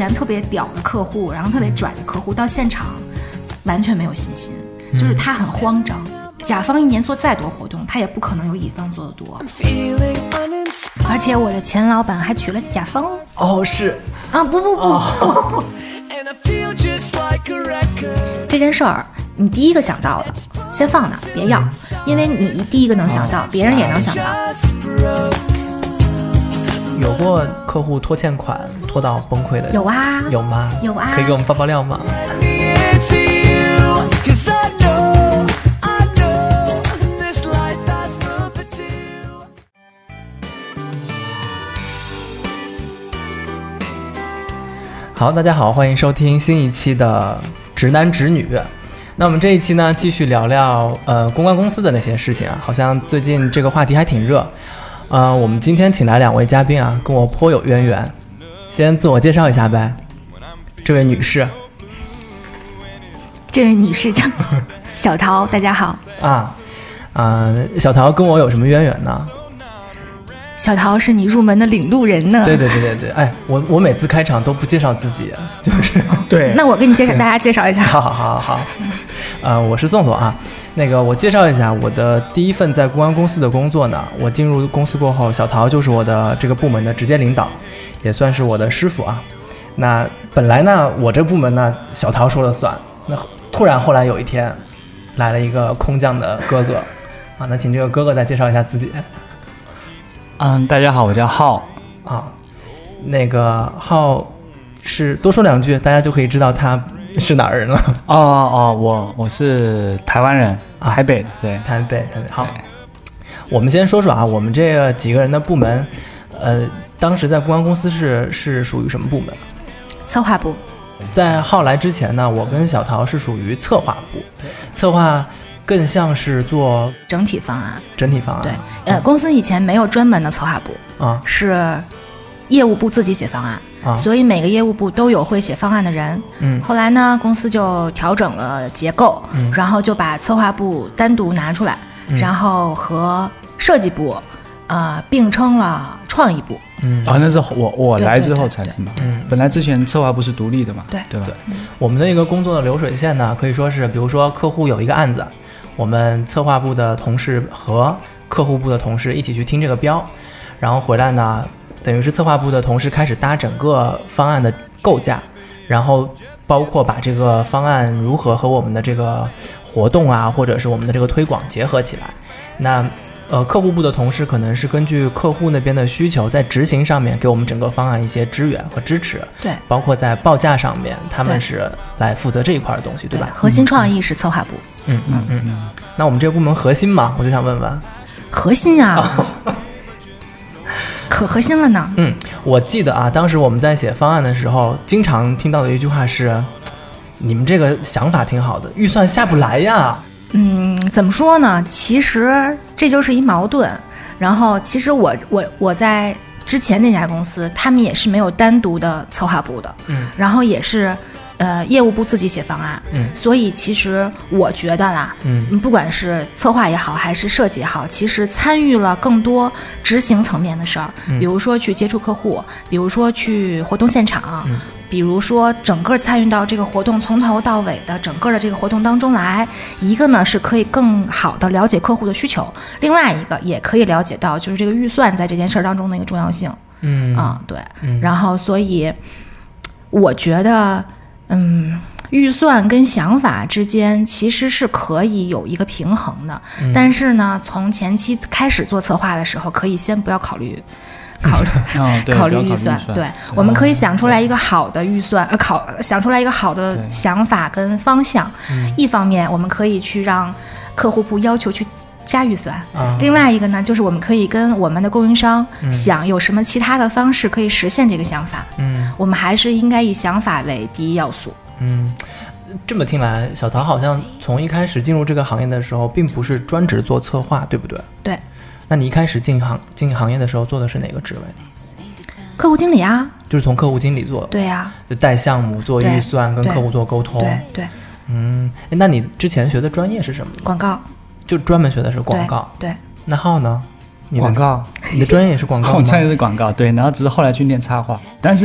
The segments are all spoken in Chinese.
前特别屌的客户，然后特别拽的客户，到现场完全没有信心，就是他很慌张。甲方一年做再多活动，他也不可能有乙方做的多。而且我的前老板还娶了甲方哦，是啊，不，这件事儿你第一个想到的先放那别要，因为你第一个能想到，别人也能想到。 有过客户拖欠款拖到崩溃的？ 有啊。 有吗？ 有啊。 可以给我们爆爆料吗？好，大家好，欢迎收听新一期的直男直女。那我们这一期呢，继续聊聊公关公司的那些事情啊，好像最近这个话题还挺热。我们今天请来2位嘉宾啊，跟我颇有渊源。先自我介绍一下呗，这位女士。 这位女士叫小桃，大家好。 小桃跟我有什么渊源呢？ 小桃是你入门的领路人呢。 对，哎，我每次开场都不介绍自己，就是对。 那我给你大家介绍一下。 好。我是宋总啊。那个我介绍一下我的第一份在公关公司的工作呢。我进入公司过后，小桃就是我的这个部门的直接领导，也算是我的师傅啊。那本来呢，我这部门呢，小桃说了算。那突然后来有一天，来了一个空降的哥哥啊。那请这个哥哥再介绍一下自己。 大家好，我叫浩啊。那个浩是多说2句，大家就可以知道他是哪儿人了。 我是台湾人，台北。对， 台北。好，我们先说说啊，我们这个几个人的部门，当时在公关公司是属于什么部门？ 策划部。 在浩来之前呢，我跟小桃是属于策划部，策划更像是做整体方案。对，公司以前没有专门的策划部啊，是业务部自己写方案啊，所以每个业务部都有会写方案的人。后来呢，公司就调整了结构，然后就把策划部单独拿出来，然后和设计部并称了创意部。 那是我来之后才是嘛。本来之前策划部是独立的嘛。对吧？ 我们的一个工作的流水线呢，可以说是，比如说客户有一个案子，我们策划部的同事和客户部的同事一起去听这个标，然后回来呢，等于是策划部的同事开始搭整个方案的构架，然后包括把这个方案如何和我们的这个活动啊，或者是我们的这个推广结合起来。那客户部的同事可能是根据客户那边的需求，在执行上面给我们整个方案一些支援和支持。对，包括在报价上面，他们是来负责这一块的东西，对吧？ 核心创意是策划部。 那我们这个部门核心嘛，我就想问问， 核心啊，可核心了呢。 我记得啊，当时我们在写方案的时候，经常听到的一句话是：你们这个想法挺好的，预算下不来呀。 怎么说呢？其实这就是一矛盾。然后，其实我在之前那家公司，他们也是没有单独的策划部的。然后也是业务部自己写方案。所以其实我觉得啦，不管是策划也好，还是设计也好，其实参与了更多执行层面的事儿，比如说去接触客户，比如说去活动现场。比如说整个参与到这个活动从头到尾的整个的这个活动当中来，一个呢是可以更好的了解客户的需求，另外一个也可以了解到就是这个预算在这件事当中的一个重要性。对。然后所以我觉得预算跟想法之间其实是可以有一个平衡的，但是呢从前期开始做策划的时候，可以先不要考虑预算。对，我们可以想出来一个好的预算，想出来一个好的想法跟方向。一方面我们可以去让客户部要求去加预算，另外一个呢，就是我们可以跟我们的供应商想有什么其他的方式可以实现这个想法。我们还是应该以想法为第一要素。 这么听来，小桃好像从一开始进入这个行业的时候，并不是专职做策划，对不对？ 对。 那你一开始进行业的时候做的是哪个职位呢？ 客户经理啊。 就是从客户经理做。 对呀。 就带项目、做预算、跟客户做沟通。 对。 那你之前学的专业是什么？ 广告。 就专门学的是广告。 对。 那浩呢？ 广告。 你的专业也是广告吗？ 我专业是广告，对。然后只是后来去念插画，但是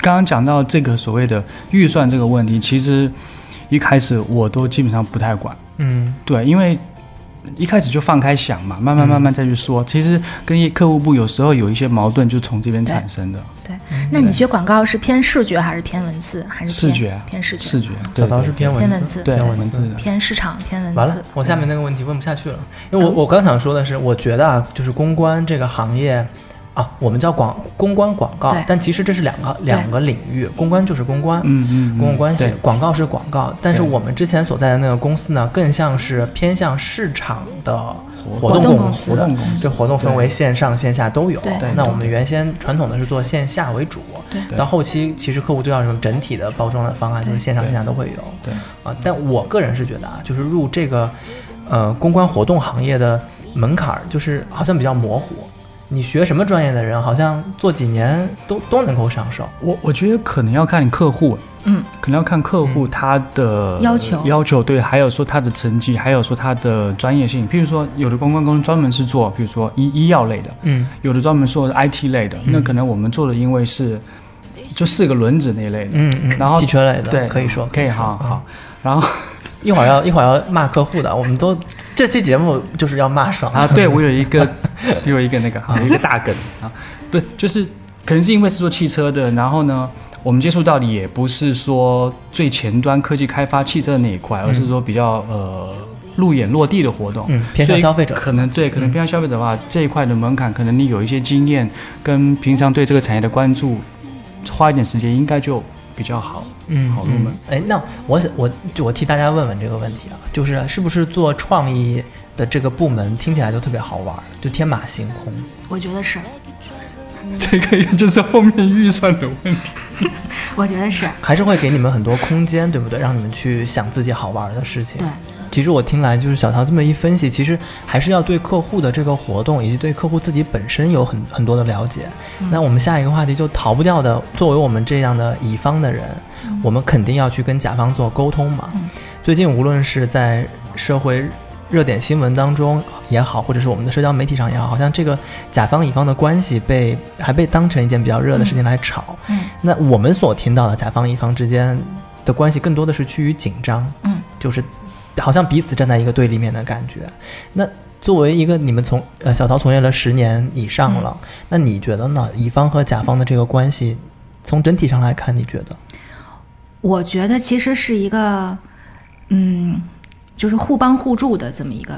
刚刚讲到这个所谓的预算这个问题，其实一开始我都基本上不太管，对，因为一开始就放开想嘛，慢慢再去说。其实跟客户部有时候有一些矛盾，就从这边产生的。 对，那你学广告是偏视觉还是偏文字，还是视觉？ 偏视觉。 视觉， 小陶是偏文字， 对，文字的。 偏市场，偏文字。 完了，我下面那个问题问不下去了，因为我刚想说的是，我觉得啊，就是公关这个行业。我们叫公关广告，但其实这是两个领域，公关就是公关，公共关系，广告是广告。但是我们之前所在的那个公司呢，更像是偏向市场的活动公司，这活动分为线上线下都有。那我们原先传统的是做线下为主，到后期其实客户都要什么整体的包装的方案，就是线上线下都会有。但我个人是觉得就是入这个公关活动行业的门槛就是好像比较模糊。你学什么专业的人，好像做几年都能够上手。 我觉得可能要看客户，可能要看客户他的要求，对，还有说他的成绩，还有说他的专业性。譬如说，有的公关公司专门是做，比如说医药类的，有的专门做 IT 类的，那可能我们做的因为是就4个轮子那一类的，然后汽车类的， 对， 可以说可以好，然后。 一会儿要骂客户的，我们都这期节目就是要骂爽啊！对，我有一个那个有一个大梗啊，对，就是可能是因为是做汽车的，然后呢，我们接触到的也不是说最前端科技开发汽车的那一块，而是说比较路演落地的活动， 偏向消费者， 可能偏向消费者的话，这一块的门槛，可能你有一些经验跟平常对这个产业的关注，花一点时间应该就比较好，好入门。 那我替大家问问这个问题啊，就是是不是做创意的这个部门听起来就特别好玩，就天马行空？ 我觉得是。 这个也就是后面预算的问题。 我觉得是， 还是会给你们很多空间，对不对？让你们去想自己好玩的事情。 对。 其实我听来就是小陶这么一分析，其实还是要对客户的这个活动以及对客户自己本身有很多的了解。那我们下一个话题就逃不掉的，作为我们这样的乙方的人，我们肯定要去跟甲方做沟通嘛。最近无论是在社会热点新闻当中也好，或者是我们的社交媒体上也好，好像这个甲方乙方的关系还被当成一件比较热的事情来炒。那我们所听到的甲方乙方之间的关系更多的是趋于紧张，就是好像彼此站在一个对立面的感觉。那作为一个你们小陶从业了10年以上了，那你觉得呢？乙方和甲方的这个关系，从整体上来看，你觉得？ 我觉得其实是一个，就是互帮互助的这么一个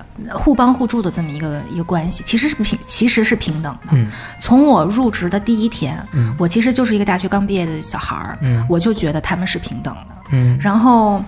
关系，其实是平等的。从我入职的第一天，我其实就是一个大学刚毕业的小孩，我就觉得他们是平等的。然后。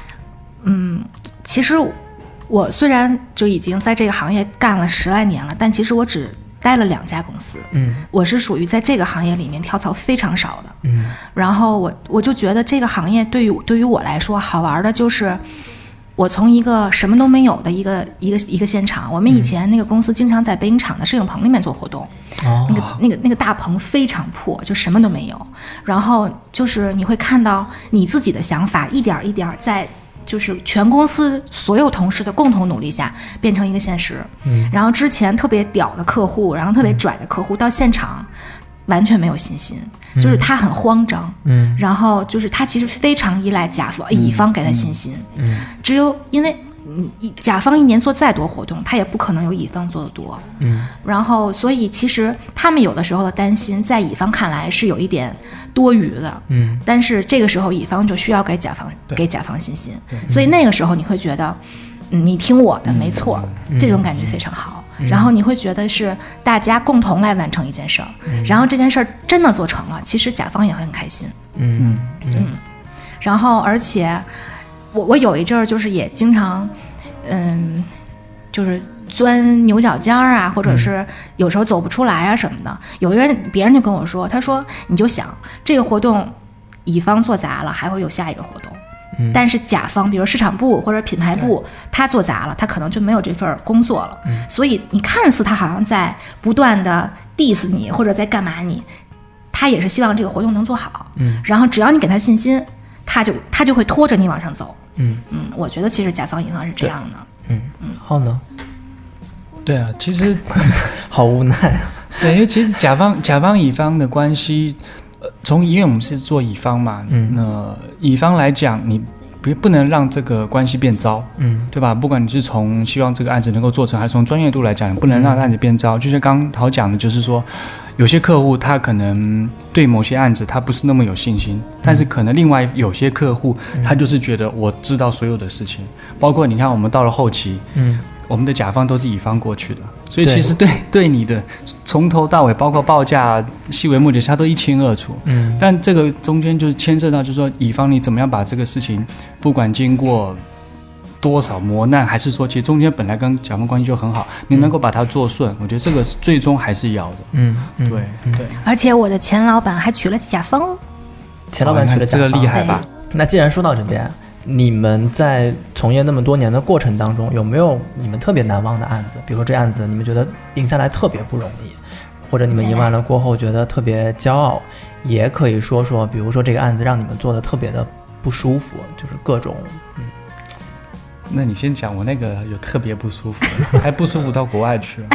其实我虽然就已经在这个行业干了10来年了，但其实我只待了2家公司。我是属于在这个行业里面跳槽非常少的。然后我就觉得这个行业对于我来说好玩的就是我从一个什么都没有的一个现场，我们以前那个公司经常在北影厂的摄影棚里面做活动，那个大棚非常破，就什么都没有。然后就是你会看到你自己的想法一点一点在就是全公司所有同事的共同努力下变成一个现实。然后之前特别屌的客户，然后特别拽的客户到现场完全没有信心，就是他很慌张，然后就是他其实非常依赖乙方给他信心，只有因为甲方一年做再多活动，他也不可能有乙方做的多，然后所以其实他们有的时候的担心，在乙方看来是有一点多余的，但是这个时候乙方就需要给甲方信心，所以那个时候你会觉得，你听我的，没错，这种感觉非常好。然后你会觉得是大家共同来完成一件事儿，然后这件事儿真的做成了，其实甲方也会很开心。然后而且我有一阵儿就是也经常就是钻牛角尖儿啊，或者是有时候走不出来啊什么的。有别人就跟我说，他说你就想这个活动乙方做砸了，还会有下一个活动。但是甲方比如市场部或者品牌部他做砸了，他可能就没有这份工作了。所以你看似他好像在不断的 diss 你或者在干嘛你，他也是希望这个活动能做好。然后只要你给他信心，他就会拖着你往上走。我觉得其实甲方乙方是这样的。 好呢？ 对啊，其实好无奈。 对，因为其实甲方乙方的关系因为我们是做乙方嘛，乙方来讲，你不能让这个关系变糟，对吧？不管你是从希望这个案子能够做成，还是从专业度来讲，你不能让案子变糟。就像刚好讲的，就是说，有些客户他可能对某些案子他不是那么有信心，但是可能另外有些客户他就是觉得我知道所有的事情，包括你看我们到了后期，我们的甲方都是乙方过去的，所以其实对你的从头到尾，包括报价、细微目的，他都一清二楚。但这个中间就是牵涉到，就是说乙方你怎么样把这个事情，不管经过多少磨难，还是说其实中间本来跟甲方关系就很好，你能够把它做顺，我觉得这个最终还是要的。对。 而且我的前老板还娶了甲方哦。 前老板娶了甲方， 这个厉害吧？ 那既然说到这边，你们在从业那么多年的过程当中，有没有你们特别难忘的案子？比如说这案子你们觉得赢下来特别不容易，或者你们赢完了过后觉得特别骄傲，也可以说比如说这个案子让你们做的特别的不舒服，就是各种那你先讲，我那个有特别不舒服，还不舒服到国外去了。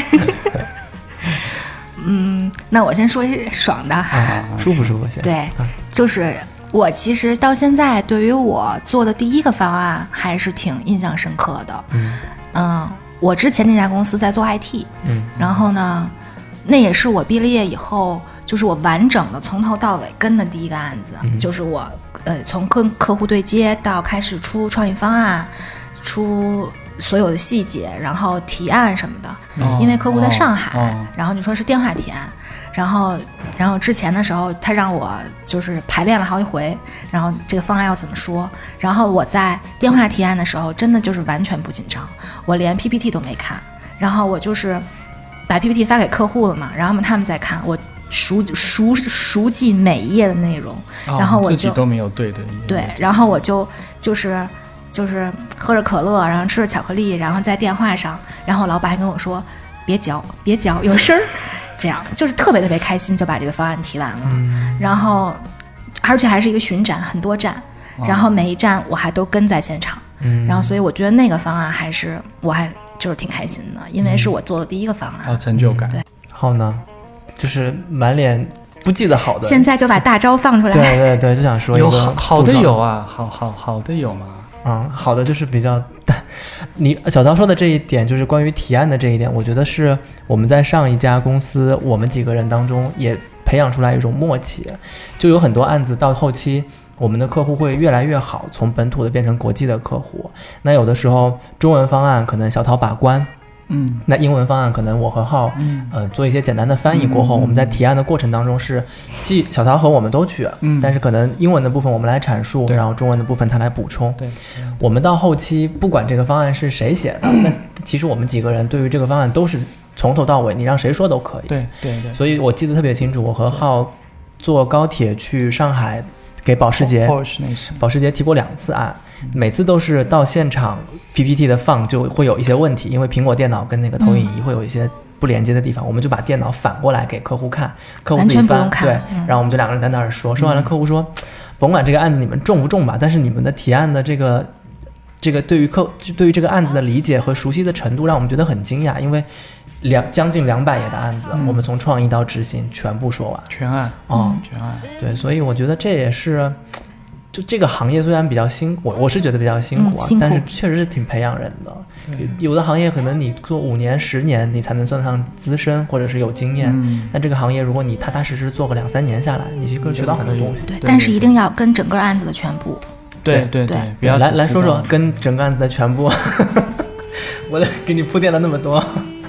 那我先说一爽的， 舒服先。 对，就是我其实到现在对于我做的第一个方案还是挺印象深刻的。我之前那家公司在做 IT，然后呢，那也是我毕了业以后，就是我完整的从头到尾跟的第一个案子，就是我从跟客户对接到开始出创意方案，出所有的细节，然后提案什么的。因为客户在上海，然后你说是电话提案，然后之前的时候他让我就是排练了好几回，然后这个方案要怎么说，然后我在电话提案的时候真的就是完全不紧张，我连 PPT 都没看，然后我就是把 PPT 发给客户了嘛，然后他们在看，我熟记每一页的内容，然后我就自己都没有对， 然后我就是喝着可乐，然后吃着巧克力，然后在电话上，然后老板还跟我说别嚼有声儿，这样就是特别特别开心，就把这个方案提完了。然后而且还是一个巡展，很多站，然后每一站我还都跟在现场。然后所以我觉得那个方案我还就是挺开心的，因为是我做的第一个方案， 成就感。 对。 好呢，就是满脸不记得好的， 现在就把大招放出来。 对，就想说有好的有啊，好的有吗？ 好的就是比较，你小刀说的这一点，就是关于提案的这一点，我觉得是我们在上一家公司，我们几个人当中也培养出来一种默契，就有很多案子到后期，我们的客户会越来越好，从本土的变成国际的客户。那有的时候中文方案可能小陶把关。那英文方案可能我和浩做一些简单的翻译过后，我们在提案的过程当中是既小陶和我们都去，但是可能英文的部分我们来阐述，然后中文的部分他来补充。 对， 我们到后期不管这个方案是谁写的，那其实我们几个人对于这个方案都是从头到尾，你让谁说都可以。 对， 所以我记得特别清楚，我和浩坐高铁去上海给保时捷提过2次案，每次都是到现场 PPT 的放就会有一些问题，因为苹果电脑跟那个投影仪会有一些不连接的地方，我们就把电脑反过来给客户看，客户自己翻，对，然后我们就2个人在那儿说完了，客户说甭管这个案子你们重不重吧，但是你们的提案的这个对于这个案子的理解和熟悉的程度让我们觉得很惊讶，因为将近200页的案子，我们从创意到执行全部说完， 全案。 对，所以我觉得这也是，就这个行业虽然比较辛苦，我是觉得比较辛苦啊，但是确实是挺培养人的。有的行业可能你做5年、10年，你才能算得上资深或者是有经验。但这个行业，如果你踏踏实实做个2-3年下来，你就学到很多东西。 对，但是一定要跟整个案子的全部。 对，不要来说说跟整个案子的全部。我给你铺垫了那么多。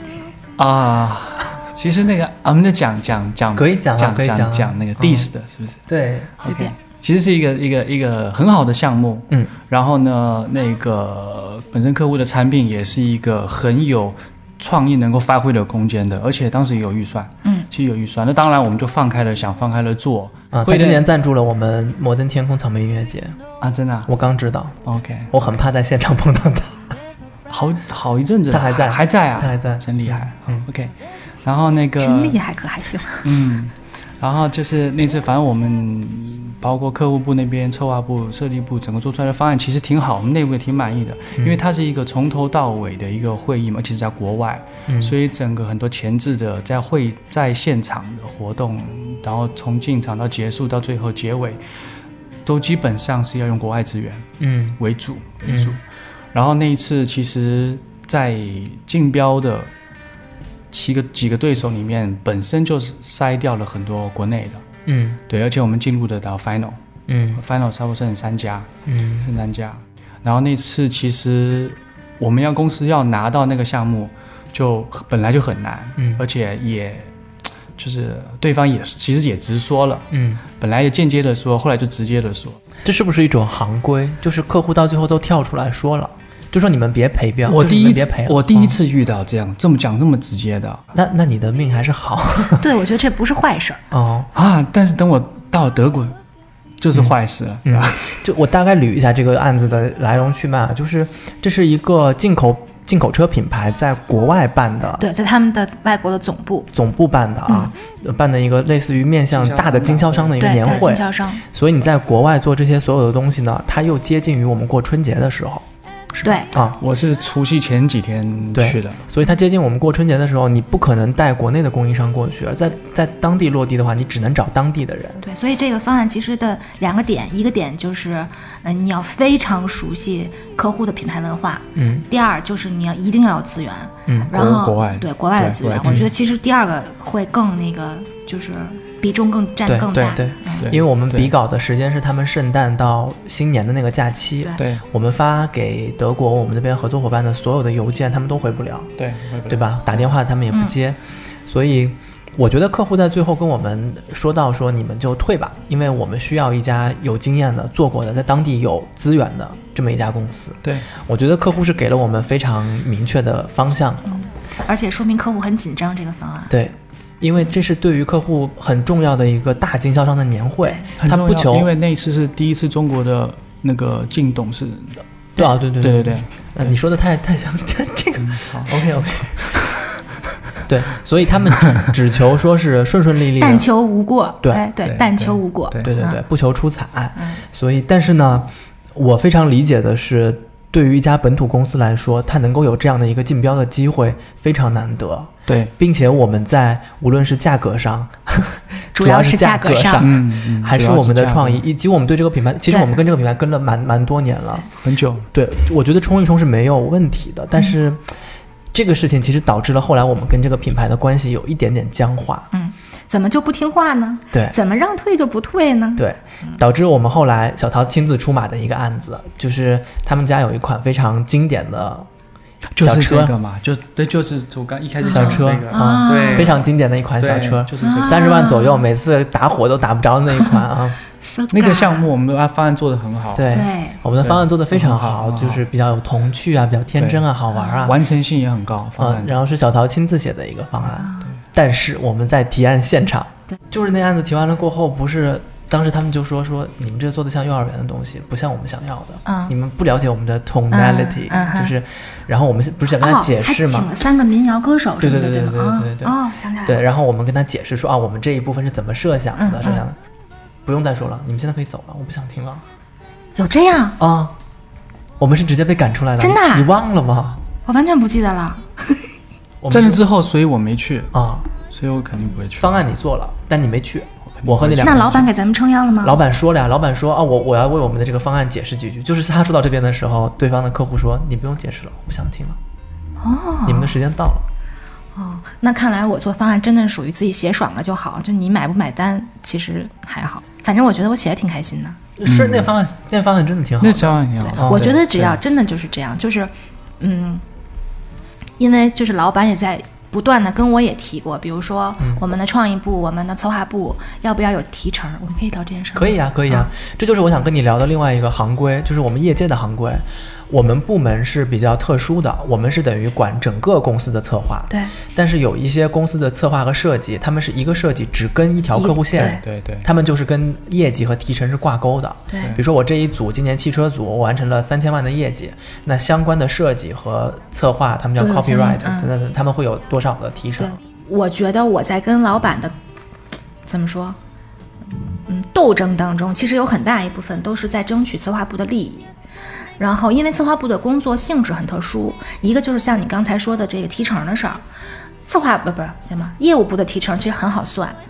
其实那个我们在讲可以讲那个 diss 的，是不是？ 对， 随便。 其实是一个很好的项目，然后呢，那个本身客户的产品也是一个很有创意能够发挥的空间的，而且当时也有预算，其实有预算，那当然我们就放开了做。 他今年赞助了我们摩登天空草莓音乐节真的啊？ 我刚知道。 OK， 我很怕在现场碰到他。 好一阵子， 他还在啊， 他还在，真厉害。OK， 然后那个真厉害，可还行。 然后就是那次，反正我们包括客户部那边、策划部、设计部，整个做出来的方案其实挺好，我们内部也挺满意的。因为它是一个从头到尾的一个会议嘛，而且是在国外，所以整个很多前置的在现场的活动然后从进场到结束到最后结尾，都基本上是要用国外资源为主。然后那一次其实在竞标的几个对手里面，本身就是筛掉了很多国内的，对，而且我们进入得到 final，final 差不多剩3家，剩3家。然后那次其实我们公司要拿到那个项目，就本来就很难，而且也就是对方其实也直说了，本来也间接的说，后来就直接的说， 这是不是一种行规？就是客户到最后都跳出来说了。就说你们别赔标， 我第一次遇到这么讲这么直接的。 那你的命还是好。 对，我觉得这不是坏事但是等我到德国就是坏事了， 就我大概捋一下这个案子的来龙去脉，就是这是一个进口车品牌在国外办的， 对，在他们的外国的总部办的办的一个类似于面向大的经销商的一个年会， 经销商。 所以你在国外做这些所有的东西呢，它又接近于我们过春节的时候。 对我是除夕前几天去的， 所以它接近我们过春节的时候，你不可能带国内的供应商过去，而在当地落地的话，你只能找当地的人。 对，所以这个方案其实的2个点，一个点就是你要非常熟悉客户的品牌文化，第二就是你一定要有资源，然后国外的资源，我觉得其实第2个会更就是比重占更大。 对，因为我们比稿的时间是他们圣诞到新年的那个假期， 对， 我们发给德国我们那边合作伙伴的所有的邮件他们都回不了，对吧？打电话他们也不接，所以我觉得客户在最后跟我们说到说你们就退吧，因为我们需要一家有经验的做过的在当地有资源的这么一家公司。 对， 我觉得客户是给了我们非常明确的方向， 而且说明客户很紧张这个方案。 对，因为这是对于客户很重要的一个大经销商的年会，他不求， 因为那次是第一次中国的那个进董事的。 对，你说的太像这个，OK， 对，所以他们只求说是顺顺利利的， 但求无过， 对， 但求无过， 对，不求出彩。所以，但是呢，我非常理解的是，对于一家本土公司来说，它能够有这样的一个竞标的机会非常难得。 对， 并且我们在无论是价格上， 主要是价格上， 还是我们的创意，以及我们对这个品牌，其实我们跟这个品牌跟了蛮多年了， 很久。 对，我觉得冲一冲是没有问题的，但是这个事情其实导致了后来我们跟这个品牌的关系有一点点僵化。 怎么就不听话呢？ 对， 怎么让退就不退呢？ 对，导致我们后来小陶亲自出马的一个案子，就是他们家有一款非常经典的小车， 就是这个嘛，就是我刚一开始小车， 对， 非常经典的一款小车， 就是这个 30万左右，每次打火都打不着的那一款啊。 那个项目我们的方案做得很好， 对，我们的方案做得非常好，就是比较有童趣啊，比较天真啊，好玩啊， 完成性也很高。 然后是小陶亲自写的一个方案，但是我们在提案现场，就是那案子提完了过后，不是当时他们就说你们这做的像幼儿园的东西，不像我们想要的，你们不了解我们的 tonality，就是，然后我们不是想跟他解释吗？ 还请了3个民谣歌手， 对， 想起来了。 对，然后我们跟他解释说我们这一部分是怎么设想的，这样的。不用再说了，你们现在可以走了，我不想听了。 有这样啊？我们是直接被赶出来的， 真的？ 你忘了吗？ 我完全不记得了。 在那之后，所以我没去啊， 所以我肯定不会去。 方案你做了，但你没去。我和你两个人。 那老板给咱们撑腰了吗？ 老板说了呀，老板说我要为我们的这个方案解释几句。就是他说到这边的时候，对方的客户说你不用解释了，我不想听了。你们的时间到了。 那看来我做方案真的是属于自己写爽了就好，就你买不买单其实还好，反正我觉得我写的挺开心的。 是那方案真的挺好的， 那方案挺好。 我觉得只要真的就是这样，就是因为就是老板也在不断的跟我也提过，比如说我们的创意部、我们的策划部要不要有提成，我们可以聊这件事。 可以啊，这就是我想跟你聊的另外一个行规，就是我们业界的行规。我们部门是比较特殊的，我们是等于管整个公司的策划。 对。 但是有一些公司的策划和设计，他们是一个设计只跟一条客户线， 对， 他们就是跟业绩和提成是挂钩的。 对。 比如说我这一组今年汽车组我完成了3000万的业绩，那相关的设计和策划，他们叫 copyright，他们会有多少的提成？ 我觉得我在跟老板的怎么说，斗争当中，其实有很大一部分都是在争取策划部的利益。然后因为策划部的工作性质很特殊，一个就是像你刚才说的这个提成的事儿，策划不是什么业务部的提成其实很好算，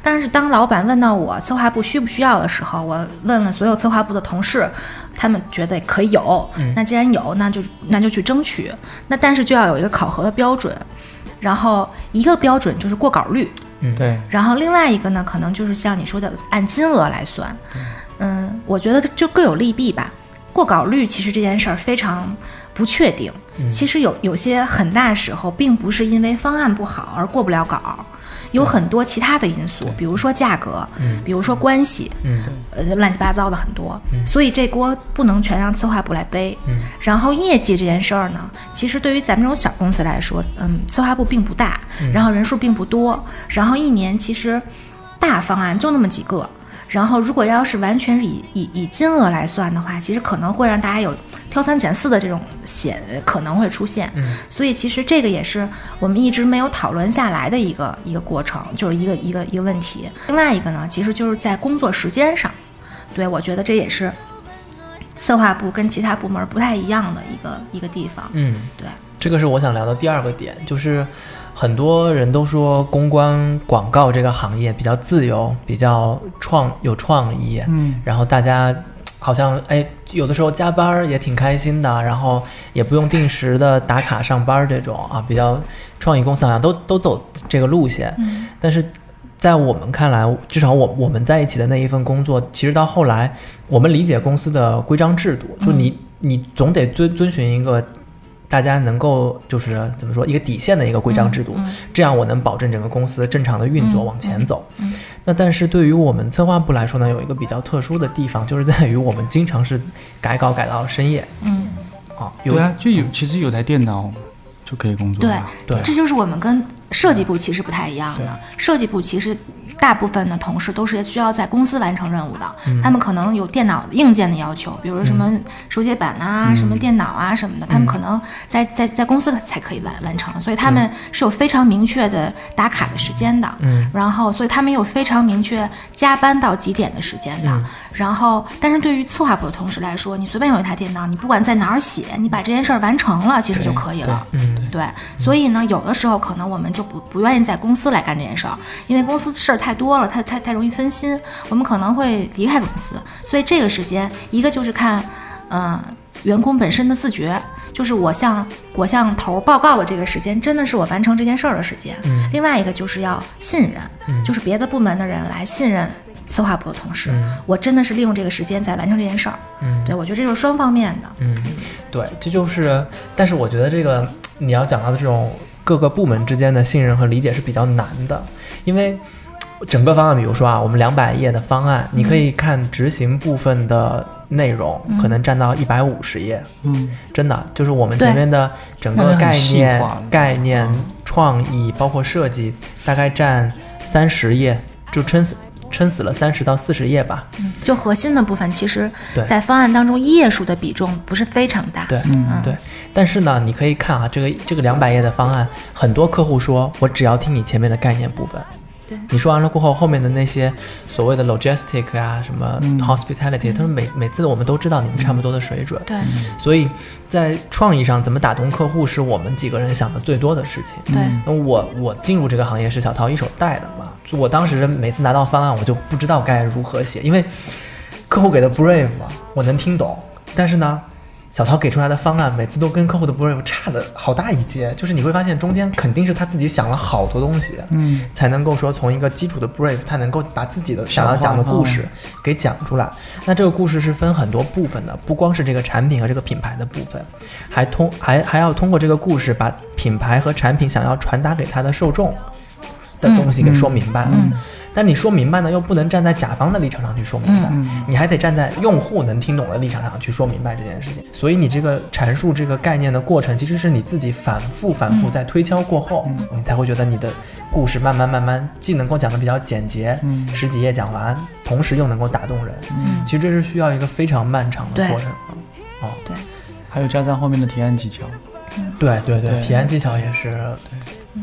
但是当老板问到我策划部需不需要的时候，我问了所有策划部的同事，他们觉得可以有，那既然有，那就去争取。那但是就要有一个考核的标准，然后一个标准就是过稿率， 对。 然后另外一个呢，可能就是像你说的按金额来算，我觉得就各有利弊吧。过稿率其实这件事儿非常不确定，其实有些很大时候并不是因为方案不好而过不了稿，有很多其他的因素，比如说价格，比如说关系，乱七八糟的很多，所以这锅不能全让策划部来背。然后业绩这件事儿呢，其实对于咱们这种小公司来说，策划部并不大，然后人数并不多，然后一年其实大方案就那么几个。然后如果要是完全以金额来算的话，其实可能会让大家有挑三拣四的这种可能会出现。所以其实这个也是我们一直没有讨论下来的一个过程，就是一个问题。另外一个呢，其实就是在工作时间上，对，我觉得这也是策划部跟其他部门不太一样的一个地方。对， 这个是我想聊的第二个点，就是很多人都说公关广告这个行业比较自由，比较有创意，然后大家好像有的时候加班也挺开心的，然后也不用定时的打卡上班，这种啊比较创意公司好像都走这个路线。但是在我们看来，至少我们在一起的那一份工作，其实到后来我们理解公司的规章制度，就你总得遵循一个大家能够就是怎么说一个底线的一个规章制度，这样我能保证整个公司正常的运作往前走。那但是对于我们策划部来说呢，有一个比较特殊的地方，就是在于我们经常是改稿改到深夜。 对啊，其实有台电脑就可以工作。 对，这就是我们跟设计部其实不太一样的。设计部其实大部分的同事都是需要在公司完成任务的，他们可能有电脑硬件的要求，比如什么手写板啊、什么电脑啊什么的，他们可能在公司才可以完成，所以他们是有非常明确的打卡的时间的，然后所以他们有非常明确加班到几点的时间的。然后但是对于策划部的同事来说，你随便有一台电脑，你不管在哪儿写，你把这件事儿完成了其实就可以了。对，所以呢有的时候可能我们就不愿意在公司来干这件事儿，因为公司事儿太多了，太容易分心，我们可能会离开公司。所以这个时间，一个就是看员工本身的自觉，就是我向头报告的这个时间真的是我完成这件事儿的时间。另外一个就是要信任，就是别的部门的人来信任策划部的同事，我真的是利用这个时间在完成这件事儿。对，我觉得这就是双方面的。 对，这就是，但是我觉得这个你要讲到的这种各个部门之间的信任和理解是比较难的，因为整个方案，比如说我们200页的方案，你可以看执行部分的内容，可能占到150页。真的就是我们前面的整个概念、创意包括设计，大概占30页，就撑死了30到40页吧。 就核心的部分，其实在方案当中页数的比重不是非常大。 对，但是呢，你可以看这个200页的方案，很多客户说我只要听你前面的概念部分。你说完了过后，后面的那些所谓的 logistic 啊，什么 hospitality，他们每次我们都知道你们差不多的水准。 对， 所以在创意上怎么打动客户，是我们几个人想的最多的事情。 对， 那我进入这个行业是小涛一手带的嘛，我当时每次拿到方案，我就不知道该如何写，因为客户给的 brief 我能听懂，但是呢，小涛给出来的方案每次都跟客户的 brief 差了好大一截，就是你会发现中间肯定是他自己想了好多东西，才能够说从一个基础的 brief， 他能够把自己的想要讲的故事给讲出来。那这个故事是分很多部分的，不光是这个产品和这个品牌的部分，还要通过这个故事把品牌和产品想要传达给他的受众的东西给说明白了。但你说明白呢，又不能站在甲方的立场上去说明白，你还得站在用户能听懂的立场上去说明白这件事情。所以你这个阐述这个概念的过程，其实是你自己反复在推敲过后，你才会觉得你的故事慢慢既能够讲得比较简洁，10几页讲完，同时又能够打动人。其实这是需要一个非常漫长的过程。 对， 还有加上后面的提案技巧。 对，提案技巧也是。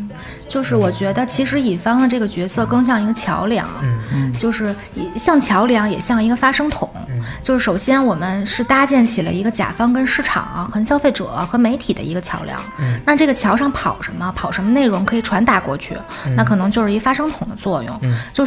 就是我觉得其实乙方的这个角色更像一个桥梁，就是像桥梁也像一个发声筒，就是首先我们是搭建起了一个甲方跟市场和消费者和媒体的一个桥梁，那这个桥上跑什么内容可以传达过去，那可能就是一发声筒的作用，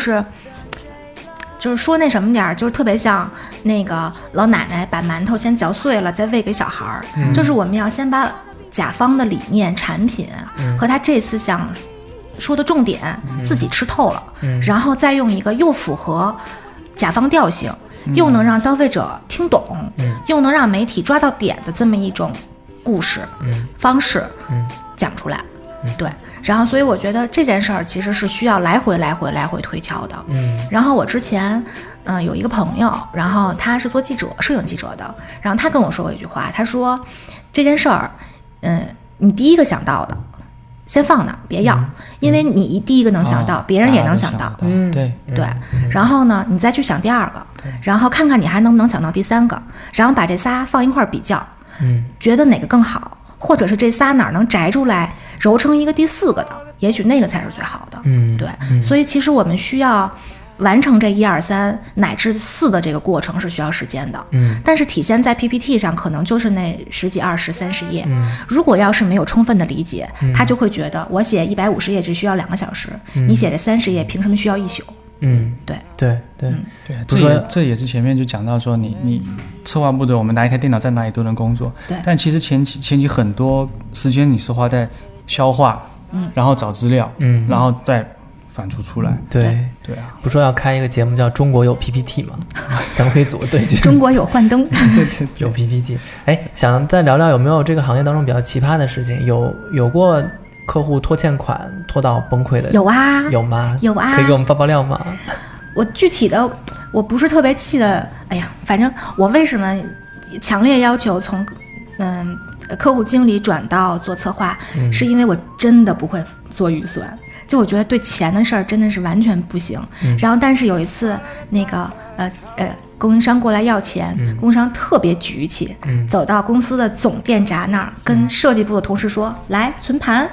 就是说那什么点儿，就是特别像那个老奶奶把馒头先嚼碎了再喂给小孩儿，就是我们要先把甲方的理念、产品和他这次想说的重点自己吃透了，然后再用一个又符合甲方调性，又能让消费者听懂，又能让媒体抓到点的这么一种故事方式讲出来，对。然后所以我觉得这件事儿其实是需要来回推敲的。然后我之前有一个朋友，然后他是做摄影记者的，然后他跟我说过一句话，他说这件事儿你第一个想到的先放那儿别要，因为你第一个能想到，别人也能想到， 对。 然后呢你再去想第二个，然后看看你还能不能想到第三个，然后把这仨放一块儿比较，觉得哪个更好，或者是这仨哪儿能摘出来揉成一个第四个的，也许那个才是最好的。对，所以其实我们需要完成这1、2、3乃至4的这个过程是需要时间的。但是体现在 PPT 上可能就是那10几、20、30页。如果要是没有充分的理解，他就会觉得我写150页只需要2个小时，你写这30页凭什么需要1宿？对， 这也是前面就讲到说，你策划部的我们拿一台电脑在哪里都能工作， 对。 但其实前期很多时间你是花在消化，然后找资料，然后再反刍出来。 对啊， 不说要开一个节目叫《中国有 PPT》吗？咱们可以组个对决。 中国有幻灯， 对， 有 PPT。想再聊聊有没有这个行业当中比较奇葩的事情？有过客户拖欠款拖到崩溃的？ 有啊， 有吗？ 有啊， 可以给我们爆料吗？ 我具体的我不是特别气的，反正我为什么强烈要求从客户经理转到做策划，是因为我真的不会做预算，就我觉得对钱的事儿真的是完全不行。然后但是有一次那个供应商过来要钱，供应商特别局气，走到公司的总电闸那儿跟设计部的同事说，来存盘。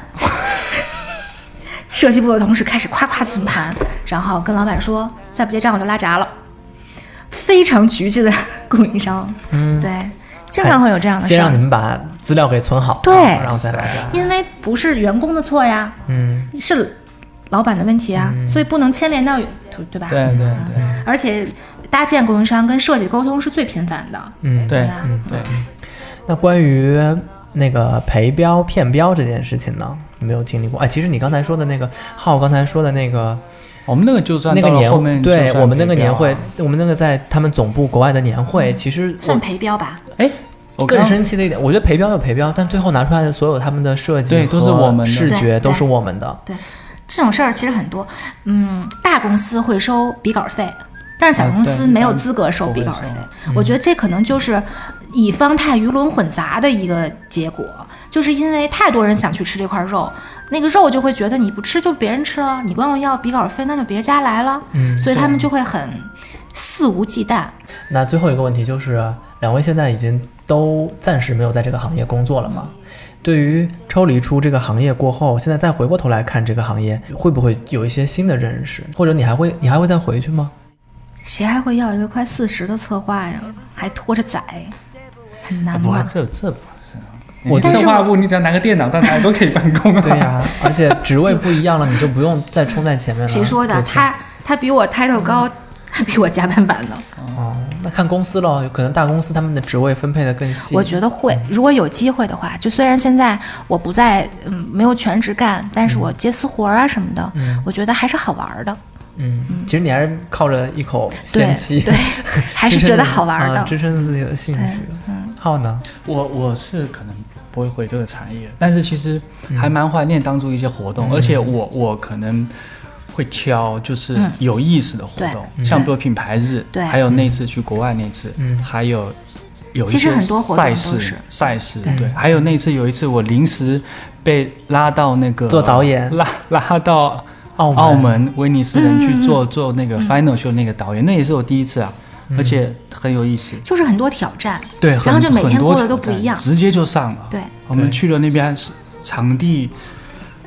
设计部的同事开始夸夸存盘，然后跟老板说再不结账我就拉闸了，非常局气的供应商。对，经常会有这样的事。 先让你们把资料给存好， 对， 然后再拉闸， 因为不是员工的错呀，是老板的问题啊，所以不能牵连到对吧？ 对。 而且搭建供应商跟设计沟通是最频繁的。 对。 那关于那个陪标骗标这件事情呢，你没有经历过？其实你刚才说的那个浩刚才说的那个， 我们那个就算那个年后面， 对，我们那个年会，我们那个在他们总部国外的年会，其实算陪标吧？ 更生气的一点，我觉得陪标就陪标，但最后拿出来的所有他们的设计， 对，都是我们的视觉，都是我们的。 对，这种事儿其实很多。大公司会收笔稿费，但是小公司没有资格收笔稿费。我觉得这可能就是乙方太鱼龙混杂的一个结果，就是因为太多人想去吃这块肉，那个肉就会觉得你不吃就别人吃了，你管我要笔稿费那就别家来了，所以他们就会很肆无忌惮。 那最后一个问题就是，两位现在已经都暂时没有在这个行业工作了吗？对于抽离出这个行业过后，现在再回过头来看这个行业，会不会有一些新的认识，或者你还会再回去吗？ 谁还会要一个快40的策划呀？还拖着载，很难吗？ 这不是。我策划部，你只要拿个电脑到哪里都可以办公啊。 对呀，而且职位不一样了，你就不用再冲在前面了。 谁说的？他比我title高，还比我加班晚呢。 那看公司了，有可能大公司他们的职位分配的更细。 我觉得会，如果有机会的话，就虽然现在我不在，没有全职干，但是我接私活啊什么的，我觉得还是好玩的。 其实你还是靠着一口仙气， 对，还是觉得好玩的， 支撑自己的兴趣。浩呢？ 我是可能不会回这个产业，但是其实还蛮怀念当初一些活动，而且我可能会挑就是有意思的活动，像比如品牌日，还有那次去国外那次，还有一些赛事，对，还有那次有一次我临时被拉到那个做导演， 拉到澳门威尼斯人去做那个 final show 那个导演，那也是我第一次啊。而且很有意思， 就是很多挑战， 对， 然后就每天过得都不一样， 直接就上了。 对， 我们去了那边场地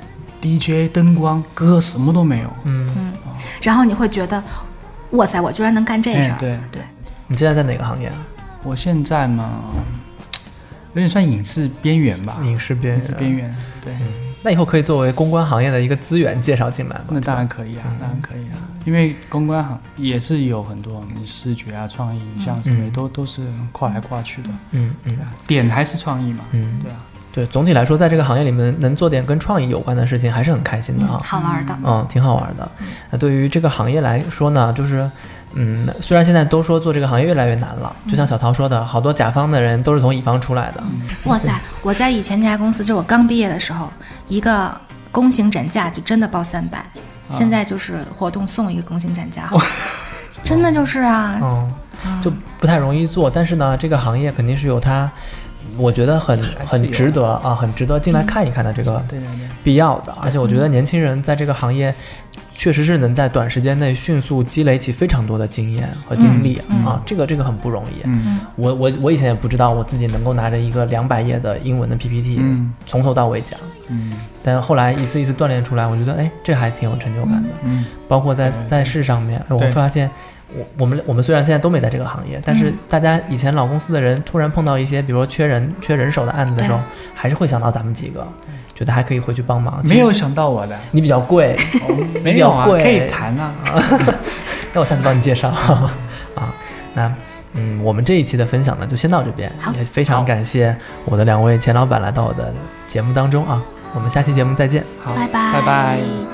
DJ 灯光歌什么都没有。 然后你会觉得，哇塞，我居然能干这事儿。 对。 你现在在哪个行业？ 我现在嘛，有点算影视边缘吧。 影视边缘， 对。 那以后可以作为公关行业的一个资源介绍进来吗？ 那当然可以啊，当然可以啊。因为公关行也是有很多视觉啊、创意、影像什么都是跨来跨去的。对啊，点还是创意嘛。对啊。 对，总体来说，在这个行业里面能做点跟创意有关的事情，还是很开心的啊， 好玩的。 挺好玩的。那对于这个行业来说呢，就是。虽然现在都说做这个行业越来越难了，就像小陶说的，好多甲方的人都是从乙方出来的。 哇塞，我在以前那家公司，就是我刚毕业的时候，一个工行展架就真的包300，现在就是活动送一个工行展架，真的就是啊， 就不太容易做。但是呢，这个行业肯定是有它，我觉得很值得啊，很值得进来看一看的这个必要的。而且我觉得年轻人在这个行业。确实是能在短时间内迅速积累起非常多的经验和经历啊，这个很不容易。我以前也不知道我自己能够拿着一个200页的英文的 PPT 从头到尾讲，但后来一次一次锻炼出来，我觉得这还挺有成就感的。包括在赛事上面，我发现我们虽然现在都没在这个行业，但是大家以前老公司的人突然碰到一些比如说缺人手的案子的时候，还是会想到咱们几个。觉得还可以回去帮忙， 没有想到我的， 你比较贵， 没有啊，可以谈啊。 那我下次帮你介绍啊。那我们这一期的分享呢，就先到这边，也非常感谢我的2位钱老板来到我的节目当中啊。我们下期节目再见， 好， 拜拜， 拜拜。